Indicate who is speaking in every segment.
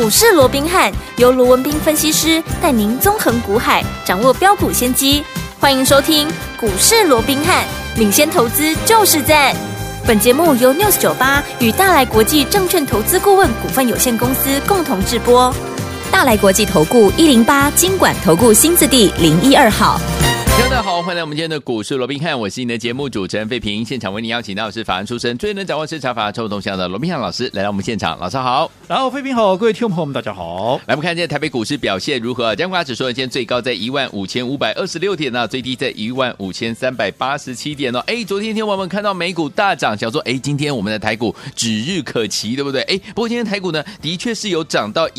Speaker 1: 市罗宾汉由罗文彬分析师带您纵横股海，掌握标股先机。欢迎收听股市罗宾汉，领先投资就是赞。本节目由 News98 与大来国际证券投资顾问股份有限公司共同制播。大来国际投顾108金管投顾新字第012号。
Speaker 2: 大家好，欢迎来我们今天的股市罗宾汉，我是你的节目主持人费平。现场为您邀请到的是法案出身、最能掌握市场法臭动向的罗宾汉老师来到我们现场。老师好。
Speaker 3: 然后费平好，各位听众朋友们大家好。
Speaker 2: 来，我们看今天台北股市表现如何？加权指数今天最高在15526点呢，最低在15387点哦。昨天天我们看到美股大涨，想说今天我们的台股指日可期，对不对？不过今天台股呢的确是有涨到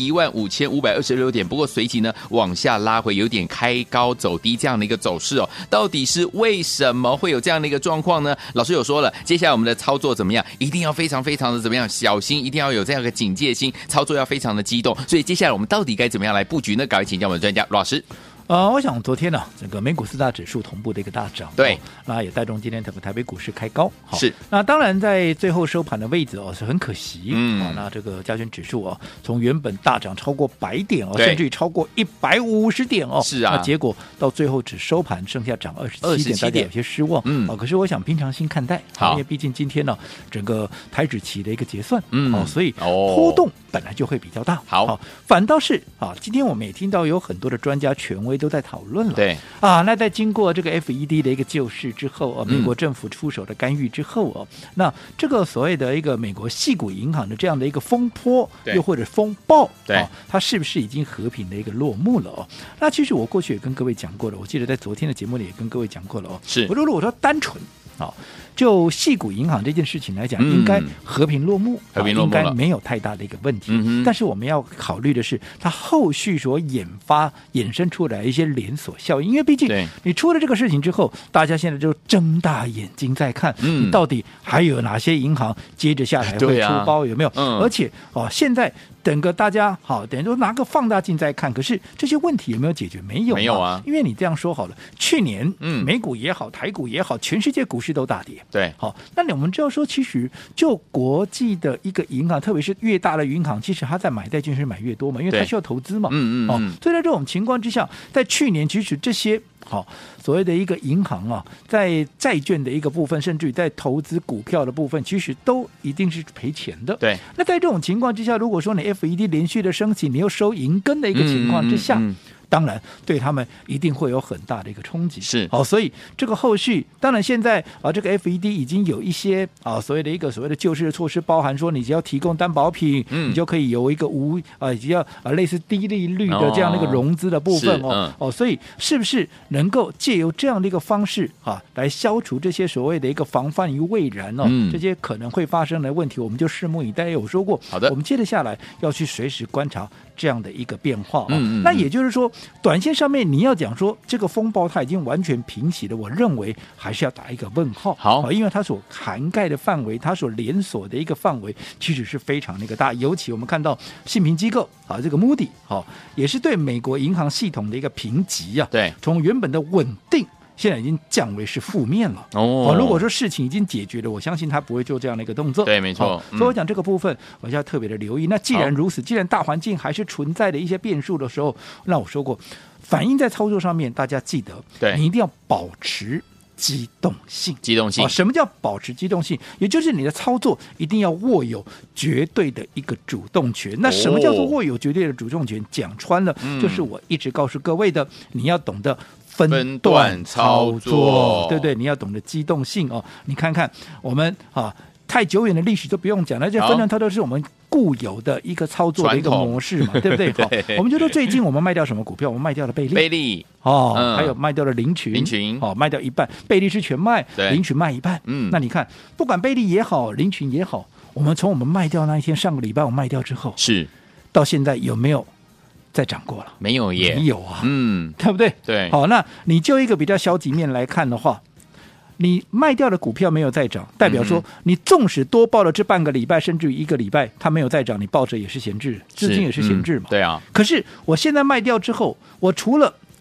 Speaker 2: 15526点，不过随即呢往下拉回，有点开高走低这样的一个走势哦。到底是为什么会有这样的一个状况呢？老师有说了，接下来我们的操作怎么样？一定要非常非常的怎么样小心，一定要有这样的警戒心，操作要非常的激动。所以接下来我们到底该怎么样来布局呢？赶快请教我们的专家罗老师。
Speaker 3: 我想昨天呢，整个美股四大指数同步的一个大涨，
Speaker 2: 对，
Speaker 3: 那也带动今天台北股市开高，
Speaker 2: 是。
Speaker 3: 那当然在最后收盘的位置是很可惜，那这个加权指数从原本大涨超过100点甚至于超过150点
Speaker 2: 是啊，
Speaker 3: 那结果到最后只收盘剩下涨27点，大家有些失望，可是我想平常心看待，因为毕竟今天呢，整个台指期的一个结算，所以波动本来就会比较大，
Speaker 2: 好，
Speaker 3: 反倒是今天我们也听到有很多的专家权威都在讨论了，
Speaker 2: 对
Speaker 3: 那在经过这个 FED 的一个救市之后美国政府出手的干预之后那这个所谓的一个美国矽谷银行的这样的一个风波，又或者风暴，
Speaker 2: 对
Speaker 3: 它是不是已经和平的一个落幕了那其实我过去也跟各位讲过了，我记得在昨天的节目里也跟各位讲过了
Speaker 2: 是
Speaker 3: 如果我说单纯就矽谷银行这件事情来讲，应该和平落幕，应该没有太大的一个问题。但是我们要考虑的是，它后续所衍生出来一些连锁效应。因为毕竟你出了这个事情之后，大家现在就睁大眼睛在看，你到底还有哪些银行接着下来会出包，有没有？而且现在整个大家等于说拿个放大镜在看，可是这些问题有没有解决？没有啊。因为你这样说好了，去年美股也好，台股也好，全世界股市都大跌。
Speaker 2: 对，
Speaker 3: 那我们就要说，其实就国际的一个银行，特别是越大的银行，其实它在买债券是买越多嘛，因为它需要投资嘛。所以在这种情况之下，在去年其实这些所谓的一个银行在债券的一个部分，甚至于在投资股票的部分，其实都一定是赔钱的。
Speaker 2: 对，
Speaker 3: 那在这种情况之下，如果说你 FED 连续的升息，你又收银根的一个情况之下，当然对他们一定会有很大的一个冲击。
Speaker 2: 是，
Speaker 3: 所以这个后续，当然现在这个 FED 已经有一些所谓的救市的措施，包含说你只要提供担保品，你就可以有一个只要类似低利率的这样的一个融资的部分所以是不是能够借由这样的一个方式来消除这些所谓的一个防范于未然这些可能会发生的问题，我们就拭目以待。我说过，
Speaker 2: 好的，
Speaker 3: 我们接着下来要去随时观察这样的一个变化那也就是说，短线上面你要讲说这个风暴它已经完全平息了，我认为还是要打一个问号。
Speaker 2: 好，
Speaker 3: 因为它所涵盖的范围，它所连锁的一个范围其实是非常的一个大。尤其我们看到信评机构这个 Moody 也是对美国银行系统的一个评级
Speaker 2: 对，
Speaker 3: 从原本的稳定现在已经降为是负面了如果说事情已经解决了，我相信他不会做这样的一个动作。
Speaker 2: 对，没错。
Speaker 3: 所以我讲这个部分我要特别的留意。那既然如此，既然大环境还是存在的一些变数的时候，那我说过，反映在操作上面，大家记得，你一定要保持机动性。什么叫保持机动性？也就是你的操作一定要握有绝对的一个主动权。那什么叫做握有绝对的主动权？讲穿了，就是我一直告诉各位的，你要懂得分段操作，对不对？你要懂得机动性你看看我们太久远的历史都不用讲了，这分段操作是我们固有的一个操作的一个模式嘛，对不对？
Speaker 2: 对，
Speaker 3: 我们就说最近我们卖掉什么股票？我们卖掉了贝利还有卖掉了林群卖掉一半，贝利是全卖，林群卖一半。那你看，不管贝利也好，林群也好，我们从我们卖掉那一天，上个礼拜我卖掉之后，
Speaker 2: 是
Speaker 3: 到现在有没有再涨过了？
Speaker 2: 没有耶，
Speaker 3: 没有对不对？
Speaker 2: 对。
Speaker 3: 好，那你就一个比较消极面来看的话，你卖掉的股票没有再涨，代表说你纵使多报了这半个礼拜甚至于一个礼拜它没有再涨，你抱着也是闲置，资金也是闲置嘛。
Speaker 2: 对啊。
Speaker 3: 可是我现在卖掉之后，我除了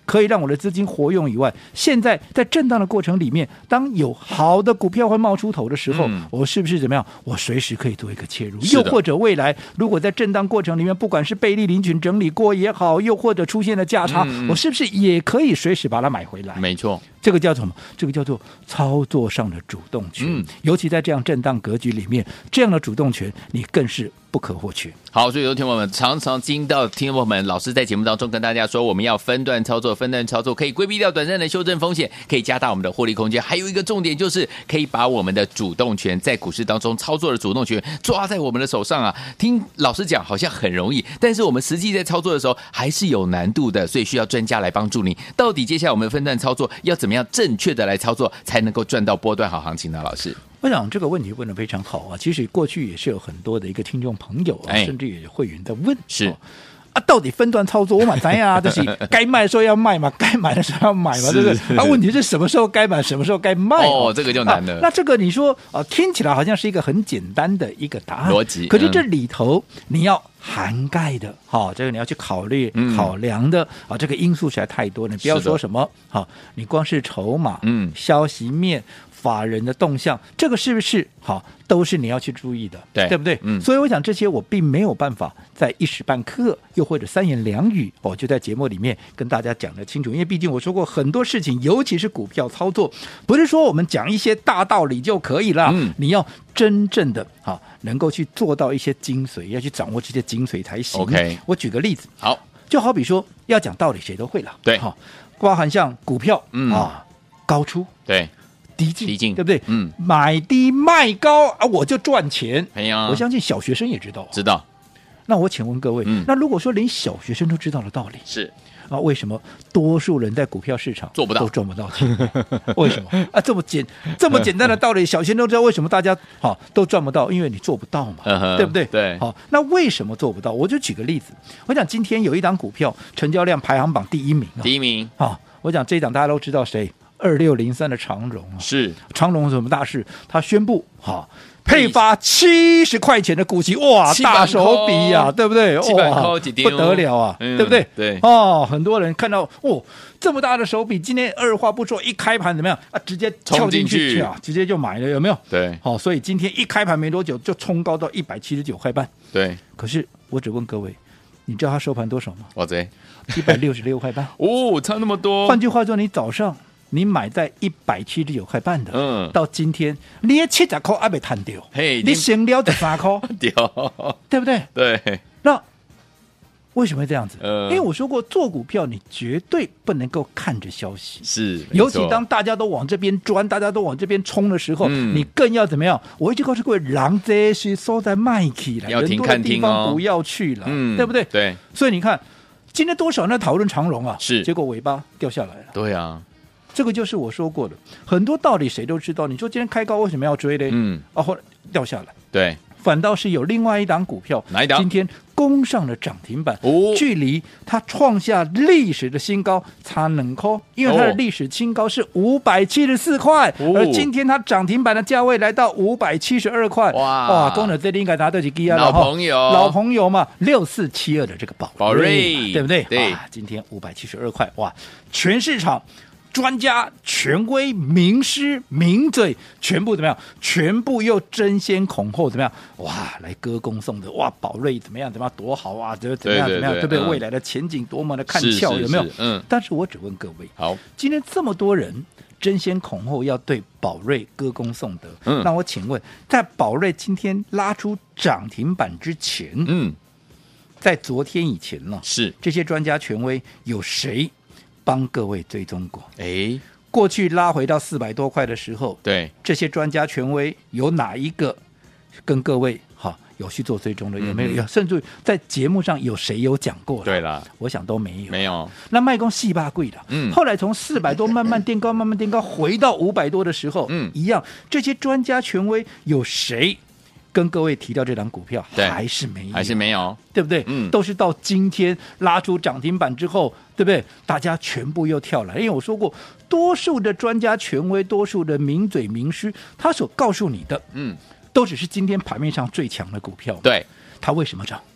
Speaker 3: 可以让我的资金活用以外，现在在震荡的过程里面，当有好的股票会冒出头的时候，我是不是怎么样？我随时可以做一个切入，又或者未来如果在震荡过程里面，不管是贝利林群整理过也好，又或者出现了价差，我是不是也可以随时把它买回来？
Speaker 2: 没错，
Speaker 3: 这个叫什么？这个叫做操作上的主动权。尤其在这样震荡格局里面，这样的主动权你更是不可或缺。
Speaker 2: 好，所以有听众朋友们常常听到听众朋友们老师在节目当中跟大家说，我们要分段操作，分段操作可以规避掉短暂的修正风险，可以加大我们的获利空间。还有一个重点就是可以把我们的主动权在股市当中操作的主动权抓在我们的手上啊。听老师讲好像很容易，但是我们实际在操作的时候还是有难度的，所以需要专家来帮助你。到底接下来我们分段操作要怎么样正确的来操作，才能够赚到波段好行情呢？老师，
Speaker 3: 我想这个问题问得非常好啊！其实过去也是有很多的一个听众朋友啊，甚至也有会员在问，
Speaker 2: 是
Speaker 3: 到底分段操作我蛮怎样啊？就是该卖的时候要卖嘛，该买的时候要买嘛，对不对？问题是什么时候该买，什么时候该卖？
Speaker 2: 这个就难了。
Speaker 3: 那这个你说听起来好像是一个很简单的一个答案
Speaker 2: 逻辑，
Speaker 3: 可是这里头你要涵盖的，这个你要去考虑、考量的这个因素实在太多了。你不要说什么你光是筹码、消息面、法人的动向，这个是不是都是你要去注意的，对不对？所以我想这些我并没有办法在一时半刻，又或者三言两语就在节目里面跟大家讲得清楚，因为毕竟我说过很多事情，尤其是股票操作，不是说我们讲一些大道理就可以了，你要真正的能够去做到一些精髓，要去掌握这些精髓才行。
Speaker 2: OK，
Speaker 3: 我举个例子，
Speaker 2: 好，
Speaker 3: 就好比说要讲道理，谁都会了，
Speaker 2: 对，
Speaker 3: 包含像股票高出，
Speaker 2: 对。
Speaker 3: 低进，对不对？买低卖高我就赚钱。我相信小学生也知道，
Speaker 2: 知道。
Speaker 3: 那我请问各位，那如果说连小学生都知道的道理，
Speaker 2: 是
Speaker 3: 为什么多数人在股票市场
Speaker 2: 做不到，
Speaker 3: 都赚不到钱？为什么这么简单的道理，小学生都知道，为什么大家都赚不到？因为你做不到嘛，对不对？
Speaker 2: 对。
Speaker 3: 那为什么做不到？我就举个例子，我讲今天有一档股票成交量排行榜第一名，我讲这一档大家都知道谁？2603的长荣
Speaker 2: 是
Speaker 3: 长荣什么大事？他宣布配发70块钱的股息，哇，大手笔啊，对不对？哇，不得了啊，对不对？
Speaker 2: 对
Speaker 3: 很多人看到这么大的手笔，今天二话不说，一开盘怎么样直接跳进去啊，直接就买了，有没有？
Speaker 2: 对，
Speaker 3: 所以今天一开盘没多久就冲高到179块半。
Speaker 2: 对，
Speaker 3: 可是我只问各位，你知道它收盘多少吗？
Speaker 2: 我这
Speaker 3: 166块半。
Speaker 2: 差那么多。
Speaker 3: 换句话说，你早上你买在179块半的，到今天你也70块还没赚掉，你省了13块，对不对？
Speaker 2: 对。
Speaker 3: 那为什么会这样子？因为我说过，做股票你绝对不能够看着消息，
Speaker 2: 是，
Speaker 3: 尤其当大家都往这边钻，大家都往这边冲的时候，你更要怎么样？我一直告诉各位，人这是收在卖起来，
Speaker 2: 要停看听
Speaker 3: 人多的地方不要去了，对不对？
Speaker 2: 对。
Speaker 3: 所以你看，今天多少人在讨论长荣啊？
Speaker 2: 是，
Speaker 3: 结果尾巴掉下来了。
Speaker 2: 对啊。
Speaker 3: 这个就是我说过的，很多道理谁都知道。你说今天开高为什么要追呢？后来掉下来。
Speaker 2: 对，
Speaker 3: 反倒是有另外一档股票，
Speaker 2: 哪一档？
Speaker 3: 今天攻上了涨停板，距离它创下历史的新高差2块，因为它的历史新高是574块，而今天它涨停板的价位来到572块。哇，攻了这应该拿得起基啊，老朋友嘛，6472的这个宝瑞，对不对？
Speaker 2: 对，
Speaker 3: 今天572块，哇，全市场专家、权威、名师、名嘴，全部怎么样？全部又争先恐后怎么样？哇，来歌功颂德，哇，宝瑞怎么样？多好啊？怎么样？对不对？未来的前景多么的看俏，有没有？但是我只问各位，
Speaker 2: 好，
Speaker 3: 今天这么多人争先恐后要对宝瑞歌功颂德，那我请问，在宝瑞今天拉出涨停板之前，在昨天以前呢，
Speaker 2: 是
Speaker 3: 这些专家权威有谁帮各位追踪过？
Speaker 2: 过
Speaker 3: 去拉回到400多块的时候，
Speaker 2: 对
Speaker 3: 这些专家权威有哪一个跟各位有去做追踪的？有没有？甚至在节目上有谁有讲过？
Speaker 2: 对了，
Speaker 3: 我想都没有。
Speaker 2: 没有。
Speaker 3: 那卖光细巴贵了，后来从400多慢慢垫高，慢慢垫高，回到500多的时候，一样，这些专家权威有谁跟各位提到这档股票？还是没有，对不对？都是到今天拉出涨停板之后，对不对？大家全部又跳来，因为我说过，多数的专家权威，多数的名嘴名师，他所告诉你的，都只是今天盘面上最强的股票。
Speaker 2: 对，
Speaker 3: 它为什么涨？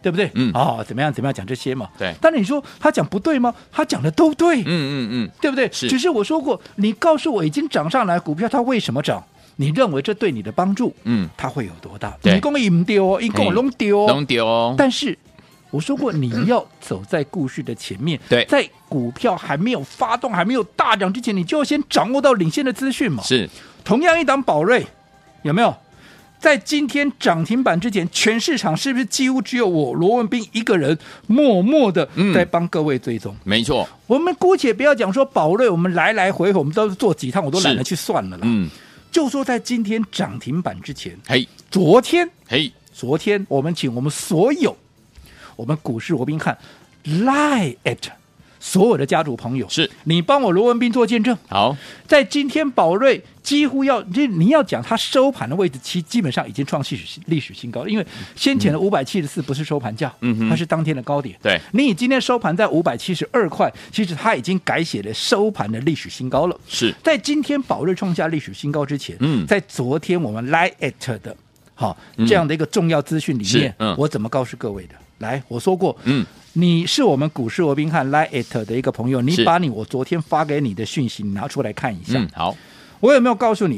Speaker 3: 对不对？怎么样讲这些嘛？
Speaker 2: 对。
Speaker 3: 但是你说他讲不对吗？他讲的都对，对不对？
Speaker 2: 是。
Speaker 3: 只是我说过，你告诉我已经涨上来股票，它为什么涨？你认为这对你的帮助，它会有多大？你跟我唔丢，一跟我弄丢，但是我说过，你要走在故事的前面，
Speaker 2: 对，
Speaker 3: 在股票还没有发动、还没有大涨之前，你就要先掌握到领先的资讯嘛。
Speaker 2: 是，
Speaker 3: 同样一档宝瑞，有没有在今天涨停板之前，全市场是不是几乎只有我罗文彬一个人默默的在帮各位追踪？
Speaker 2: 没错，
Speaker 3: 我们姑且不要讲说宝瑞，我们来来回回，我们都是做几趟，我都懒得去算了啦。就说在今天涨停板之前，昨天我们请我们所有我们股市罗宾汉 Line at 所有的家族朋友，
Speaker 2: 是
Speaker 3: 你帮我罗文彬做见证。好，在今天宝瑞几乎你要讲它收盘的位置，基本上已经创历史新高，因为先前的574不是收盘价，它是当天的高点。
Speaker 2: 对，
Speaker 3: 你以今天收盘在572块，其实它已经改写了收盘的历史新高了。
Speaker 2: 是
Speaker 3: 在今天宝瑞创下历史新高之前，在昨天我们 Line at 的这样的一个重要资讯里面，我怎么告诉各位的？来，我说过，你是我们股市罗宾汉 Line at 的一个朋友，你把我昨天发给你的讯息拿出来看一下。
Speaker 2: 好，
Speaker 3: 我有没有告诉你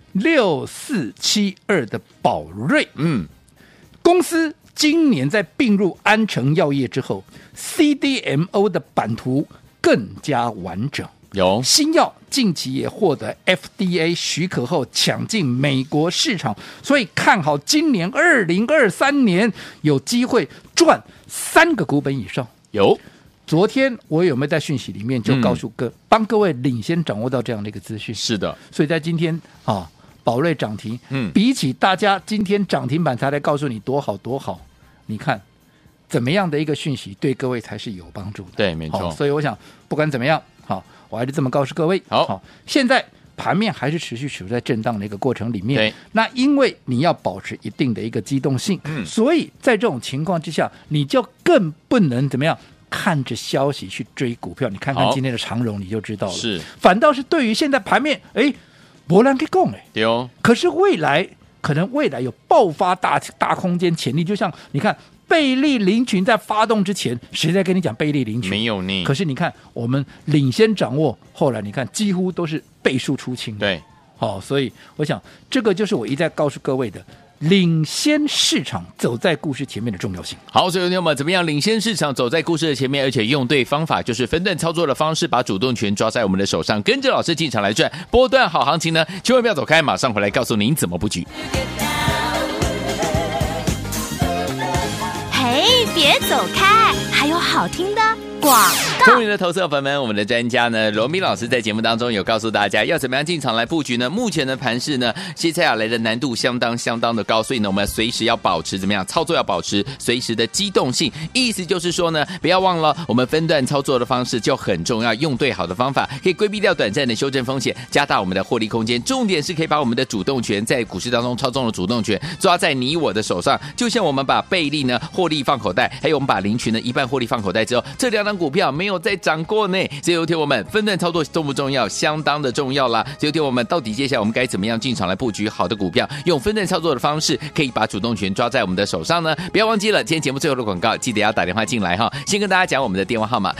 Speaker 3: 6472的宝瑞？公司今年在并入安诚药业之后 ，CDMO 的版图更加完整。
Speaker 2: 有
Speaker 3: 新药近期也获得 FDA 许可后抢进美国市场，所以看好今年2023年有机会赚3个股本以上。
Speaker 2: 有，
Speaker 3: 昨天我有没有在讯息里面就告诉帮各位领先掌握到这样的一个资讯？
Speaker 2: 是的，
Speaker 3: 所以在今天宝瑞涨停，比起大家今天涨停板才来告诉你多好多好，你看怎么样的一个讯息对各位才是有帮助的？
Speaker 2: 对，没错。
Speaker 3: 所以我想不管怎么样，我还是这么告诉各位。好，现在盘面还是持续处在震荡的一个过程里面。那因为你要保持一定的一个机动性，所以在这种情况之下，你就更不能怎么样看着消息去追股票。你看看今天的长荣，你就知道了。
Speaker 2: 是，
Speaker 3: 反倒是对于现在盘面，没人可以讲
Speaker 2: 对哦。
Speaker 3: 可是可能未来有爆发大空间潜力，就像你看。贝利林群在发动之前，谁在跟你讲贝利林群？
Speaker 2: 没有呢。
Speaker 3: 可是你看，我们领先掌握，后来你看几乎都是倍数出清。
Speaker 2: 对，
Speaker 3: 所以我想这个就是我一再告诉各位的，领先市场走在故事前面的重要性。
Speaker 2: 好，所以朋友们，怎么样领先市场走在故事的前面，而且用对方法，就是分段操作的方式，把主动权抓在我们的手上，跟着老师进场来赚波段好行情呢？千万不要走开，马上回来告诉您怎么布局。
Speaker 1: 别走开，还有好听的广告。
Speaker 2: 聪明的投资者朋友们，我们的专家呢，罗宾老师在节目当中有告诉大家要怎么样进场来布局呢？目前的盘势呢，接下来的难度相当的高，所以呢，我们随时要保持怎么样操作，要保持随时的机动性。意思就是说呢，不要忘了我们分段操作的方式就很重要，用对好的方法，可以规避掉短暂的修正风险，加大我们的获利空间。重点是可以把我们的主动权在股市当中操纵的主动权抓在你我的手上。就像我们把贝利呢获利放口袋，还有我们把林群呢一半获利放口袋之后，这2档股票没有再涨过呢。所以有天我们分段操作重不重要？相当的重要啦。所以有天我们到底接下来我们该怎么样进场来布局好的股票？用分段操作的方式，可以把主动权抓在我们的手上呢？不要忘记了，今天节目最后的广告，记得要打电话进来哈。先跟大家讲我们的电话号码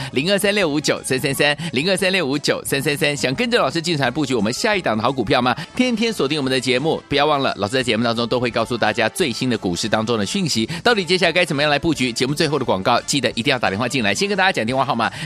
Speaker 2: 023659333026593333。想跟着老师进场来布局我们下一档的好股票吗？天天锁定我们的节目，不要忘了，老师在节目当中都会告诉大家最新的股市当中的讯息。到底接下来该怎么样来布局？节目最后的广告，记得一定要打电话进来。先跟大家讲电话号码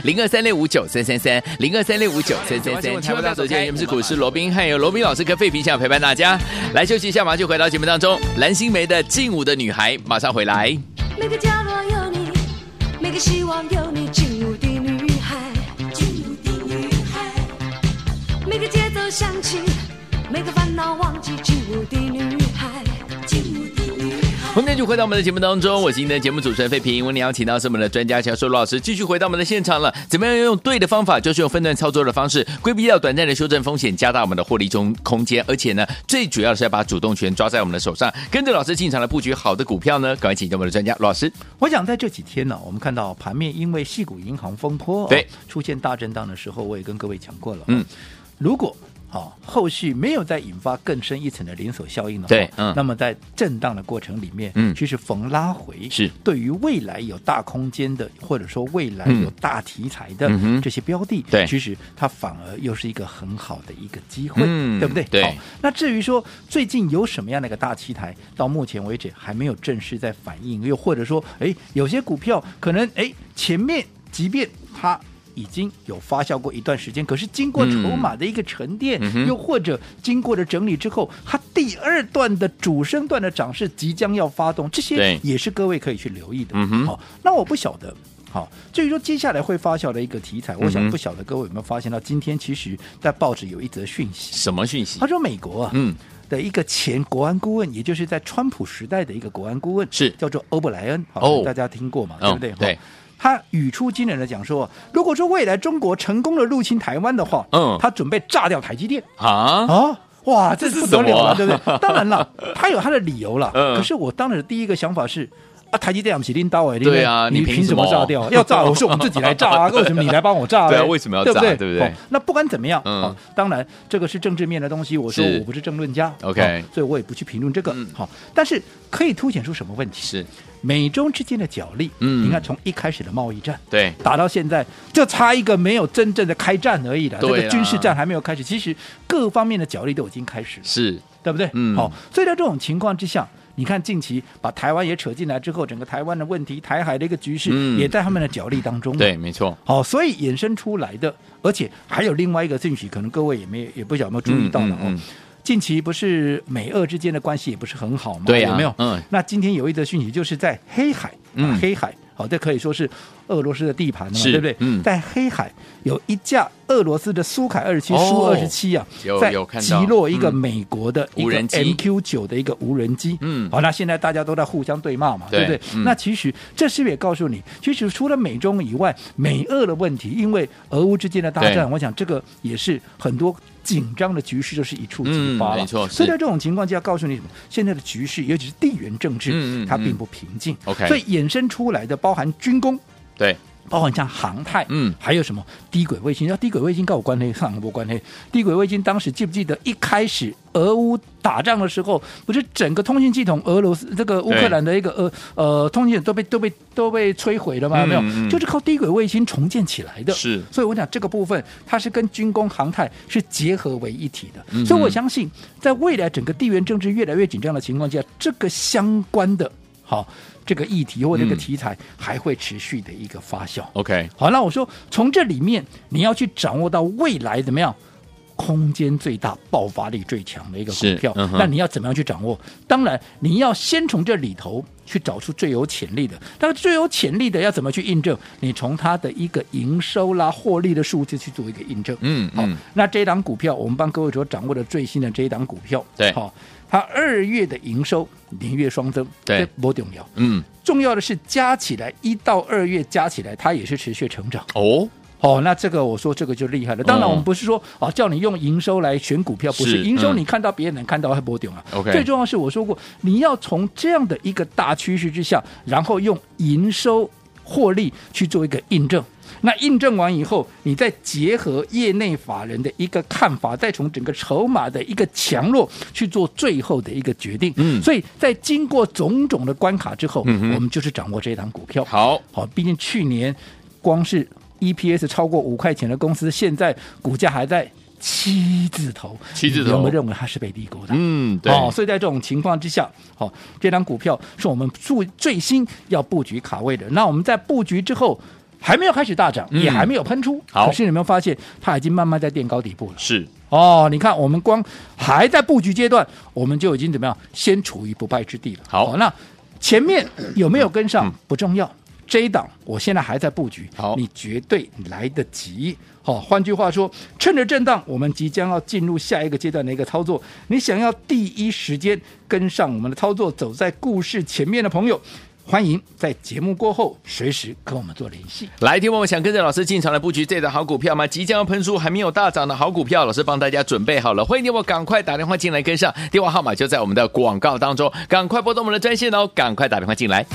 Speaker 2: 023659333026593333。千万不要走开，我们是股市罗宾汉，有罗宾老师跟费平想陪伴大家来休息一下，马上就回到节目当中。蓝心湄的劲舞的女孩马上回来。
Speaker 4: 每个角落有你，每个希望有你，劲舞的女孩，劲舞的女孩，每个节奏响起，每个烦恼忘记，劲舞的女孩，劲舞的女孩。
Speaker 2: 我们继续回到我们的节目当中，我是今天的节目主持人费平。我们邀请到是我们的专家乔硕罗老师，继续回到我们的现场了。怎么样用对的方法，就是用分段操作的方式，规避掉短暂的修正风险，加大我们的获利空间，而且呢，最主要的是要把主动权抓在我们的手上，跟着老师进场来布局好的股票呢。赶快请教我们的专家罗老师。
Speaker 3: 我想在这几天呢，我们看到盘面因为矽谷银行风波，
Speaker 2: 对，
Speaker 3: 出现大震荡的时候，我也跟各位讲过了，如果后续没有再引发更深一层的连锁效应的话，
Speaker 2: 对，
Speaker 3: 那么在震荡的过程里面，其实逢拉回
Speaker 2: 是
Speaker 3: 对于未来有大空间的，或者说未来有大题材的这些标的，
Speaker 2: 对，
Speaker 3: 其实它反而又是一个很好的一个机会，对不对？
Speaker 2: 对。
Speaker 3: 好，那至于说最近有什么样的一个大题材，到目前为止还没有正式在反映，又或者说，有些股票可能前面即便它已经有发酵过一段时间，可是经过筹码的一个沉淀，又或者经过了整理之后，它第二段的主升段的涨势即将要发动，这些也是各位可以去留意的。好，那我不晓得。好，至于说接下来会发酵的一个题材，我想不晓得各位有没有发现到，今天其实在报纸有一则讯息。
Speaker 2: 什么讯息？
Speaker 3: 他说美国的一个前国安顾问，也就是在川普时代的一个国安顾问，
Speaker 2: 是
Speaker 3: 叫做欧布莱恩。大家听过嘛？对不对？
Speaker 2: 对。
Speaker 3: 他语出惊人的讲说，如果说未来中国成功的入侵台湾的话，他准备炸掉台积电哇，这是不得了了，对不对？当然了，他有他的理由了。可是我当时第一个想法是，台积电不是拎刀
Speaker 2: 对啊，
Speaker 3: 你凭什么炸掉？要炸，我是我们自己来炸啊，为什么你来帮我炸？
Speaker 2: 对啊，为什么要炸？对不对？
Speaker 3: 那不管怎么样，当然这个是政治面的东西，我说我不是政论家
Speaker 2: ，OK，
Speaker 3: 所以我也不去评论这个。但是可以凸显出什么问题？
Speaker 2: 是
Speaker 3: 美中之间的角力，你看从一开始的贸易战，
Speaker 2: 对，
Speaker 3: 打到现在就差一个没有真正的开战而已了，这个军事战还没有开始，其实各方面的角力都已经开始了，
Speaker 2: 是，
Speaker 3: 对不对？好，所以在这种情况之下，你看近期把台湾也扯进来之后，整个台湾的问题、台海的一个局势，也在他们的角力当中。
Speaker 2: 对，没错。
Speaker 3: 好，所以衍生出来的，而且还有另外一个讯息，可能各位也不晓得有没有注意到了近期不是美俄之间的关系也不是很好嘛？
Speaker 2: 对啊，
Speaker 3: 有没有？那今天有一则讯息，就是在黑海，黑海，好，这可以说是俄罗斯的地盘了嘛，对不对？在黑海有一架俄罗斯的苏凯27苏27啊，在击落一个美国的一个 MQ9 的一个无人机。好，那现在大家都在互相对骂嘛，对不对？那其实这是不是也告诉你，其实除了美中以外，美俄的问题，因为俄乌之间的大战，我想这个也是很多紧张的局势就是一触即发了。
Speaker 2: 没错。
Speaker 3: 所以在这种情况下，告诉你什么？现在的局势，尤其是地缘政治，它并不平静。
Speaker 2: OK，
Speaker 3: 所以衍生出来的包含军工，
Speaker 2: 对。
Speaker 3: 包含像航太，还有什么低轨卫星？要低轨卫星跟我关黑，上不关黑。低轨卫星当时记不记得一开始俄乌打仗的时候，不是整个通信系统俄罗斯这个乌克兰的一个通信都被摧毁了吗？没有，就是靠低轨卫星重建起来的。
Speaker 2: 是，
Speaker 3: 所以我讲这个部分它是跟军工航太是结合为一体的。所以我相信，在未来整个地缘政治越来越紧张的情况下，这个相关的这个议题或这个题材还会持续的一个发酵。
Speaker 2: OK，
Speaker 3: 好，那我说从这里面你要去掌握到未来怎么样空间最大、爆发力最强的一个股票，那你要怎么样去掌握？当然，你要先从这里头去找出最有潜力的。但最有潜力的要怎么去印证？你从它的一个营收啦、获利的数字去做一个印证。好，那这一档股票，我们帮各位所掌握的最新的这一档股票，
Speaker 2: 对，
Speaker 3: 好。它2月的营收年月双增，
Speaker 2: 对，
Speaker 3: 不重要。重要的是加起来1到2月加起来，它也是持续成长。那这个我说这个就厉害了。当然我们不是说叫你用营收来选股票，不是营收你看到别人能看到还不重要。最重要是我说过，你要从这样的一个大趋势之下，然后用营收获利去做一个印证。那印证完以后，你再结合业内法人的一个看法，再从整个筹码的一个强弱去做最后的一个决定。所以在经过种种的关卡之后，我们就是掌握这一档股票。好，毕竟去年光是 EPS 超过5块钱的公司，现在股价还在7字头，你有没有认为它是被低估的？对。所以在这种情况之下，这档股票是我们最新要布局卡位的。那我们在布局之后，还没有开始大涨，也还没有喷出，可是你有没有发现它已经慢慢在垫高底部了？
Speaker 2: 是
Speaker 3: 你看我们光还在布局阶段，我们就已经怎么样，先处于不败之地了。好，那前面有没有跟上不重要，这一档我现在还在布局，你绝对来得及。换句话说，趁着震荡，我们即将要进入下一个阶段的一个操作。你想要第一时间跟上我们的操作，走在故事前面的朋友，欢迎在节目过后随时跟我们做联系。
Speaker 2: 来，听我们想跟着老师进场来布局这档好股票吗？即将要喷出还没有大涨的好股票，老师帮大家准备好了，欢迎你我赶快打电话进来跟上，电话号码就在我们的广告当中，赶快拨动我们的专线赶快打电话进来。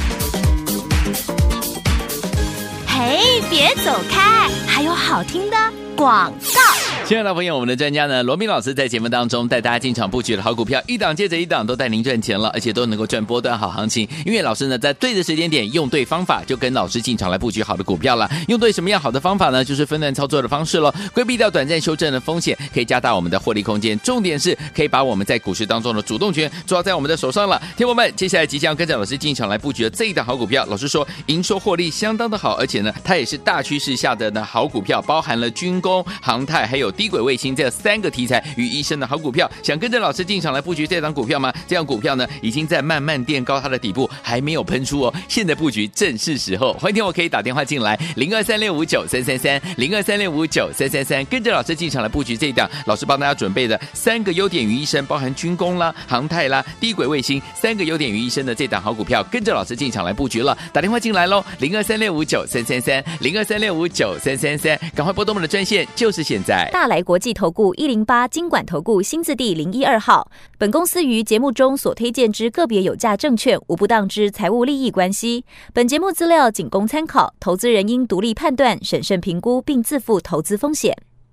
Speaker 1: 嘿，别走开，还有好听的广告。
Speaker 2: 亲爱的朋友，我们的专家呢，罗宾老师在节目当中带大家进场布局的好股票，一档接着一档都带您赚钱了，而且都能够赚波段好行情。因为老师呢，在对的时间点，用对方法，就跟老师进场来布局好的股票了。用对什么样好的方法呢？就是分段操作的方式咯，规避掉短暂修正的风险，可以加大我们的获利空间。重点是可以把我们在股市当中的主动权抓在我们的手上了。听众们，接下来即将跟着老师进场来布局的这一档好股票，老师说营收获利相当的好，而且呢，它也是大趋势下的呢好股票，包含了军工、航太还有低轨卫星这3个题材于一身的好股票。想跟着老师进场来布局这档股票吗？这样股票呢，已经在慢慢垫高它的底部，还没有喷出哦。现在布局正是时候，欢迎听我可以打电话进来0236593330，0236593333，跟着老师进场来布局这一档老师帮大家准备的3个优点于一身，包含军工啦、航太啦、低轨卫星3个优点于一身的这档好股票，跟着老师进场来布局了。打电话进来咯，0236593330，0236593333，赶快拨动我们的专线，就是现在。
Speaker 1: 大来国际投顾108金管投顾新字第012号。本公司于节目中所推荐之个别有价证券，无不当之财务利益关系。本节目资料仅供参考，投资人应独立判断、审慎评估，并自负投资风险。